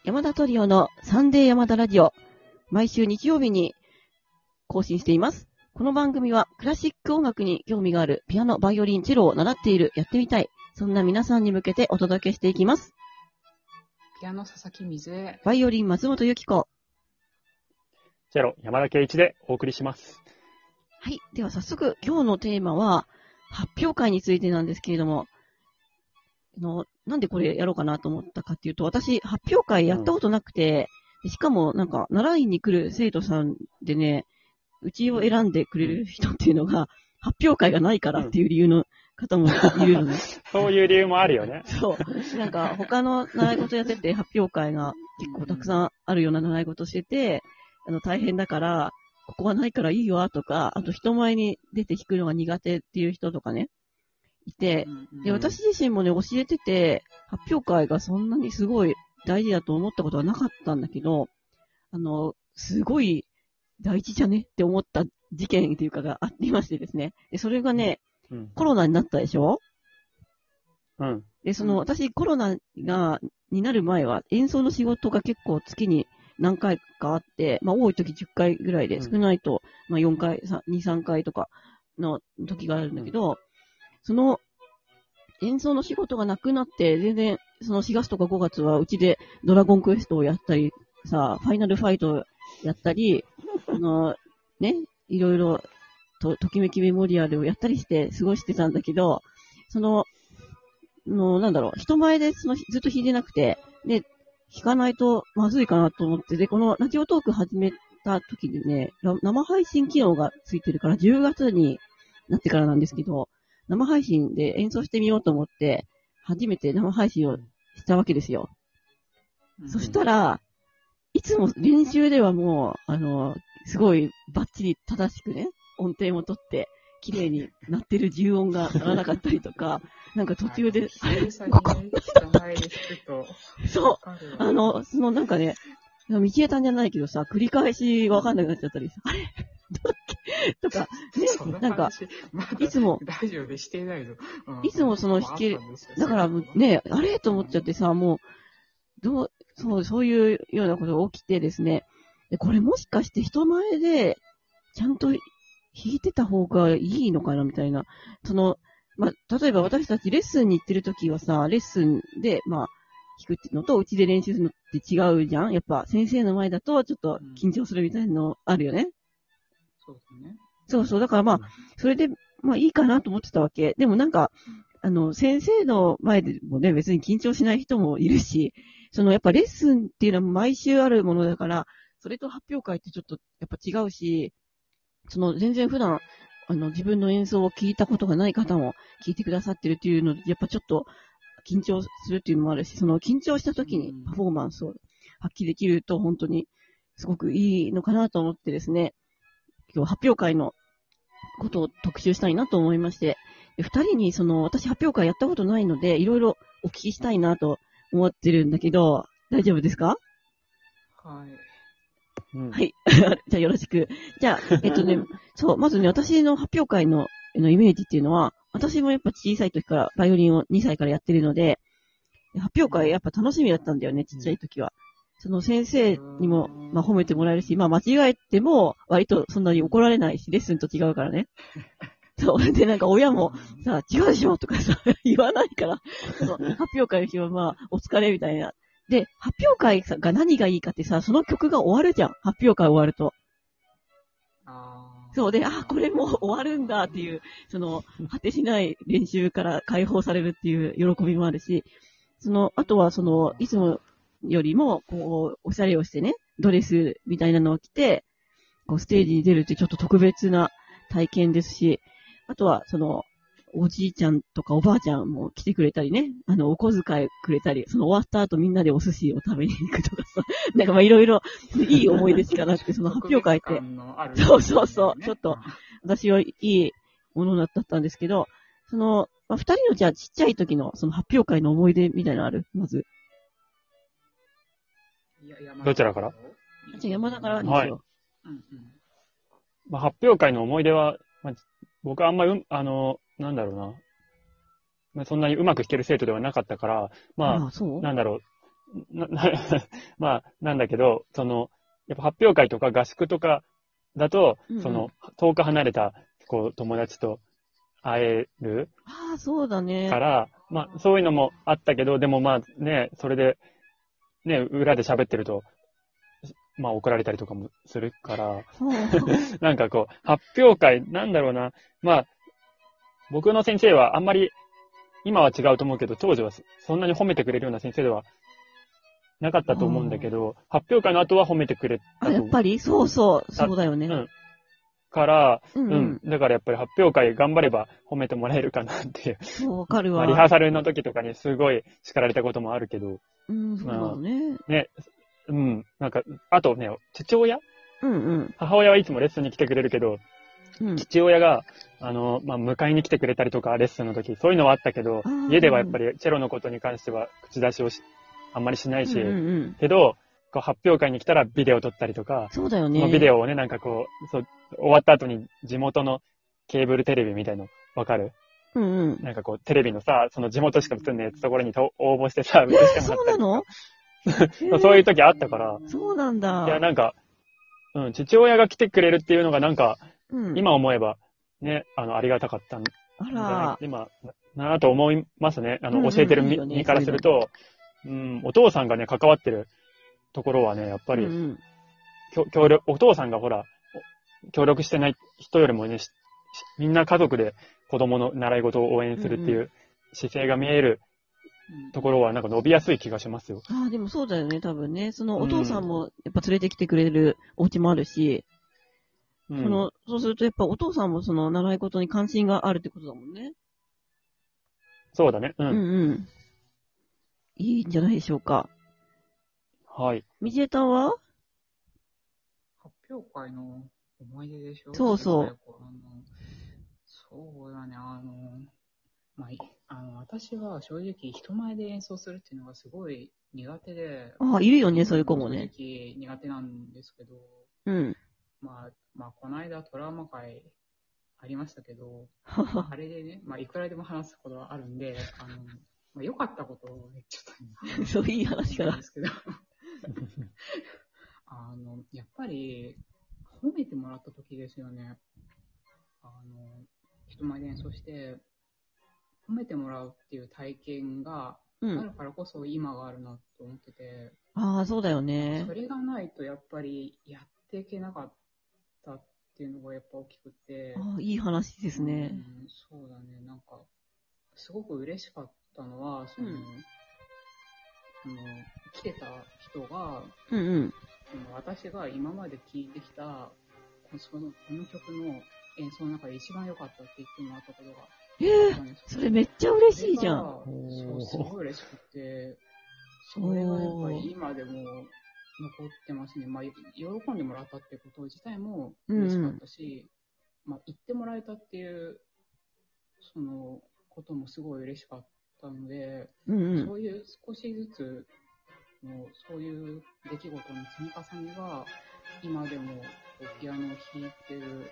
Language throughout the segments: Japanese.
山田トリオのサンデー山田ラジオ、毎週日曜日に更新しています。この番組はクラシック音楽に興味があるピアノ、バイオリン、チェロを習っている、やってみたい、そんな皆さんに向けてお届けしていきます。 ピアノ佐々木水江、 バイオリン松本由紀子。 チェロ山田圭一でお送りします。 はい。では早速今日のテーマは発表会についてなんですけれども、なんでこれやろうかなと思ったかっていうと、私発表会やったことなくて、しかもなんか習いに来る生徒さんでね、うちを選んでくれる人っていうのが発表会がないからっていう理由の方もいるのね。 そういう理由もあるよね。 そう。なんか他の習い事やってて発表会が結構たくさんあるような習い事してて、大変だから、ここはないからいいよとか、あと人前に出て弾くのが苦手っていう人とかね、いて、で、私自身もね、教えてて、発表会がそんなにすごい大事だと思ったことはなかったんだけど、すごい大事じゃねって思った事件っていうかがありましてですね。で、それがね、コロナになったでしょ？ うん。 で、私コロナになる前は演奏の仕事が結構月に何回かあって、まあ多い時10回ぐらいで、少ないと、まあ4回、2、3回とかの時があるんだけど、その演奏の仕事がなくなって、全然その4月とか5月はうちでドラゴンクエストをやったり、さ、ファイナルファイトをやったり、ね、いろいろときめきメモリアルをやったりして過ごしてたんだけど、なんだろう、人前でずっと弾いてなくて、で、弾かないとまずいかなと思って、で、このラジオトーク始めた時にね、生配信機能がついてるから10月になってからなんですけど、生配信で演奏してみようと思って、初めて生配信をしたわけですよ。そしたら、いつも練習ではもう、すごいバッチリ正しくね、音程も取って、綺麗に鳴ってる重音が鳴らなかったりとか、なんか途中で、そう、なんかね、道枝さんじゃないけどさ、繰り返しわかんなくなっちゃったりさ、あれどっけとか、ね、なんか、いつも、 大丈夫してないぞ。 いつも弾ける、だからね、あれと思っちゃってさ、もう、そういうようなことが起きてですね、これもしかして人前で、ちゃんと弾いてた方がいいのかなみたいな。例えば私たちレッスンに行ってるときはさ、レッスンで、弾くっていうのと、うちで練習するのって違うじゃん？やっぱ先生の前だとちょっと緊張するみたいなのあるよね。 そうですね。 そう。だからそれで、いいかなと思ってたわけ。でもなんか、先生の前でもね、別に緊張しない人もいるし、やっぱレッスンっていうのは毎週あるものだから、それと発表会ってちょっとやっぱ違うし、全然普段、自分の演奏を聞いたことがない方も聞いてくださってるっていうので、やっぱちょっと緊張するっていうのもあるし、緊張した時にパフォーマンスを発揮できると本当にすごくいいのかなと思ってですね、今日発表会のことを特集したいなと思いまして、二人に私発表会やったことないので、いろいろお聞きしたいなと思ってるんだけど、大丈夫ですか？ はい。 はい。じゃあよろしく。じゃあ、そう、まずね、私の発表会のイメージっていうのは、私もやっぱ小さい時からバイオリンを2歳からやってるので、発表会やっぱ楽しみだったんだよね、ちっちゃい時は。先生にも、褒めてもらえるし、間違えても、割とそんなに怒られないし、レッスンと違うからね。そう。で、なんか親もさ、違うでしょとかさ、言わないから、発表会の日はお疲れみたいな。で、発表会が何がいいかってさ、その曲が終わるじゃん。発表会終わると。そうで、これもう終わるんだっていう、果てしない練習から解放されるっていう喜びもあるし、あとはいつもよりも、おしゃれをしてね、ドレスみたいなのを着て、ステージに出るってちょっと特別な体験ですし、あとは、おじいちゃんとかおばあちゃんも来てくれたりね、お小遣いくれたり、終わった後みんなでお寿司を食べに行くとかさ、なんかいろいろいい思い出しかなくて、発表会って、そう、ちょっと、私はいいものだったんですけど、二人のじゃあちっちゃい時の発表会の思い出みたいなのある？まず。 どちらから？ じゃあ山田からですよ。 発表会の思い出は、僕はあんまり、なんだろうな。そんなにうまく弾ける生徒ではなかったから、なんだろまあ、なんだけど、やっぱ発表会とか合宿とかだと、 うんうん遠く離れた、友達と会えるああ、そうだね。 から、まあ、そういうのもあったけど、でもまあね、それで、ね、裏で喋ってると、まあ怒られたりとかもするから、 ほうなんか発表会、なんだろうな、まあ、僕の先生はあんまり、今は違うと思うけど、当時はそんなに褒めてくれるような先生ではなかったと思うんだけど、発表会の後は褒めてくれたあ、 とやっぱりそうそう、そうだよね。 うん。から、 うんううんん。だからやっぱり発表会頑張れば褒めてもらえるかなっていう。 そう、わかるまあ、 わ。 リハーサルの時とかにすごい叱られたこともあるけど、 うん、そうだよね。 ね、うん。なんか、あとね、父親うんうん。 母親はいつもレッスンに来てくれるけど、 うん。 父親が、まあ、迎えに来てくれたりとか、レッスンの時、そういうのはあったけどあ、ー家ではやっぱりチェロのことに関しては口出しをあんまりしないし、 うんうんうん。 けど、発表会に来たらビデオ撮ったりとか、 そうだよね。 そのビデオをね、なんかそう、終わった後に地元のケーブルテレビみたいの、わかるうんうん。 なんかテレビのさ、その地元しか映んねえところに応募してさ、映してもそうならったりとのか、そういう時あったから、 そうなんだ。 いや、なんか、うん、父親が来てくれるっていうのがなんか、 うん。 今思えば、ね、ありがたかったんじあゃないら、 今、なと思いますね。 うんうん教えてるいいよね身からすると、うん、お父さんがね、関わってるところはね、やっぱり、 うんうん協力、お父さんがほら、協力してない人よりもね、みんな家族で子供の習い事を応援するっていう姿勢が見えるところはなんか伸びやすい気がしますよ。 ああ、でもそうだよね、多分ね。そのうんお父さんもやっぱ連れてきてくれるお家もあるし、 うん。 そうするとやっぱお父さんもその習い事に関心があるってことだもんね。 そうだね。う。 うんん。いいんじゃないでしょうか。 はい。 みじえたんは発表会の思い出でしょそうそう小さい頃のそうだね、まあ、私は正直人前で演奏するっていうのがすごい苦手で、 ああ、いるよね、そういう子もね。 正直苦手なんですけど、 うん。 まあ、この間トラウマ会ありましたけど、あれでね、まあ、いくらでも話すことはあるんで、まあ、良かったことをね、ちょっとそういい話からなんで。すけど、やっぱり、褒めてもらった時ですよね。人前で演奏して、褒めてもらうっていう体験がうん。 あるからこそ今があるなと思ってて、 ああ、そうだよねそ。れがないとやっぱりやっていけなかったっていうのがやっぱ大きくて、 ああ、いい話ですね。 そうだね、なんか、すごく嬉しかったのは、来てた人が、 うんうん。 私が今まで聴いてきたこの曲の演奏の中で一番良かったって言ってもらったことがあったんですけど、 それめっちゃ嬉しいじゃん。 そう、すごい嬉しくて、それがやっぱり今でも残ってますね。まあ、喜んでもらったってこと自体も嬉しかったし、まあ、言ってもらえたっていう、こともすごい嬉しかったので、 うんうん。 そういう少しずつの、そういう出来事の積み重ねが、今でもピアノを弾いてる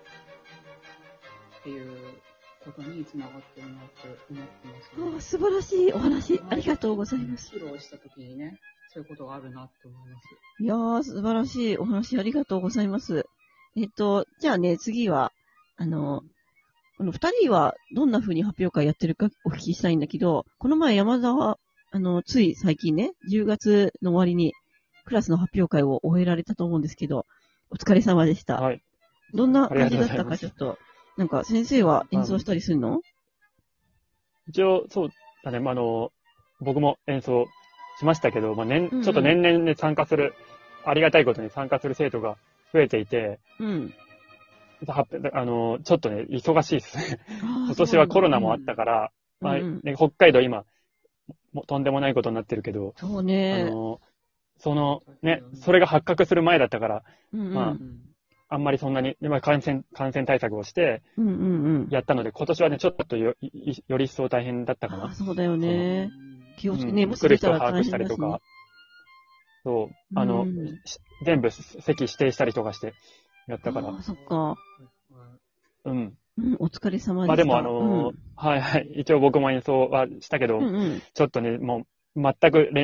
っていうことにつながってるなと思ってますね。 あ素晴らしいお話、ありがとうございます。 披露したときにね、そういうことがあるなって思います。 いやー、素晴らしいお話ありがとうございます。じゃあね、次は、この二人はどんな風に発表会やってるかお聞きしたいんだけど、この前山田は、つい最近ね、10月の終わりにクラスの発表会を終えられたと思うんですけど、お疲れ様でした。 はい。 どんな感じだったありがとうございますかちょっと、なんか先生は演奏したりするの？ 一応、そうだね。まあ、僕も演奏しましたけど、まあ、 うんうんちょっと年々ね、ありがたいことに参加する生徒が増えていて、 うん。 ちょっとね、忙しいですね。 今今年はコロナもあったから、まあうんうんね、北海道今、とんでもないことになってるけど、 そうね。 ね、それが発覚する前だったから、 うんうん。 まあんまりそんなに、まあ、感染対策をしてうんうんうん。 やったので、今年はね、ちょっとより一層大変だったかな。 そうだよね。気をつけね、もし来る出たら大人を把握した変だしねりとか。、そう、 うん全部席指定したりとかしてやったから。 そっか。 うん。 うん、お疲れ様でした。 まあでもはいはい。一応僕も演奏はしたけど、 うんうん。 ちょっとね、もう全く練習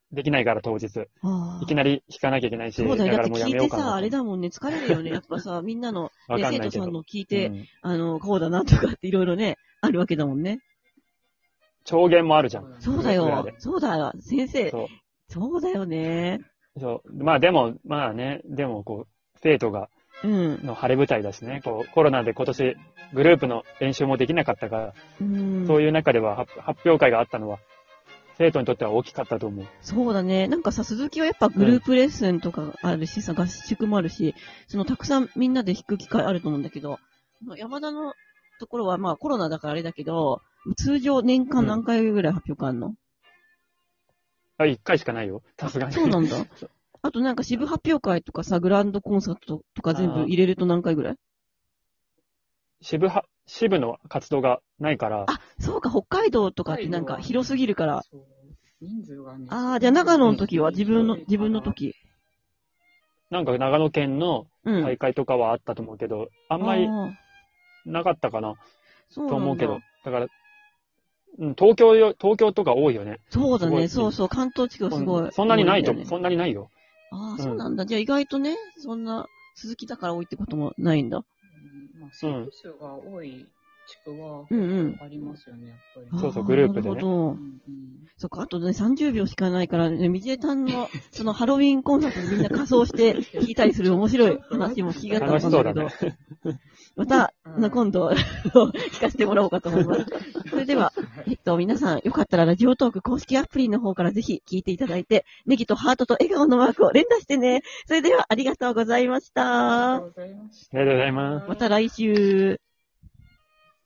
できないから当日。 ああいきなり弾かなきゃいけないし、 そうだよ。だってからもうや聞いてさ、 めようかなと。 あれだもんね、疲れるよね。やっぱさ、みんなの、 わね、 かんないけど。 生徒さんの聞いて、 うんこうだなとかっていろいろね、あるわけだもんね。 調弦もあるじゃん。 そうだよ裏で。 そうだよ。先生。 そう。 そうだよね。 そう。まあでもこう、生徒が、 うん。 の晴れ舞台だしね、こう、コロナで今年、グループの練習もできなかったから、 うん。 そういう中では発表会があったのは、生徒にとっては大きかったと思う。 そうだね。なんかさ、鈴木はやっぱグループレッスンとかあるしさ、合宿もあるし、たくさんみんなで弾く機会あると思うんだけど、山田のところはまあコロナだからあれだけど、通常年間何回ぐらい発表会あるの？ あ、1回しかないよ。さすがに。 そうなんだ。あとなんか支部発表会とかさ、グランドコンサートとか全部入れると何回ぐらい？ 支部の活動がないから、 あ、そうか、北海道とかってなんか広すぎるから。 そう人数がね。 ああ、じゃあ長野の時は自分の時。 なんか長野県のうん。 大会とかはあったと思うけど、あんまりあーなかったかなそうなんだと思うけど、だから、東京とか多いよね。 そうだね、 すごいそうそう、関東地区すごい。 そんなにないと、 多んだよねそんなにないよ。 ああ、そうなんだ。じゃあ意外とね、そんな、鈴木だから多いってこともないんだ。 まあ、生徒数が多い地区はうんうんありますよね、やっぱり。 そうそうあーグループでねなるほど。 うんそっか、あとね、30秒しかないからね、みじえたんの、そのハロウィンコンサートでみんな仮装して聞いたりする面白い話も聞きがった楽しんだけどそうだね。。 また、 うん今度、聞かせてもらおうかと思います。それでは、皆さん、よかったらラジオトーク公式アプリの方からぜひ聞いていただいて、ネギとハートと笑顔のマークを連打してね。それでは、ありがとうございました。 ありがとうございました。 ありがとうございます。 また来週。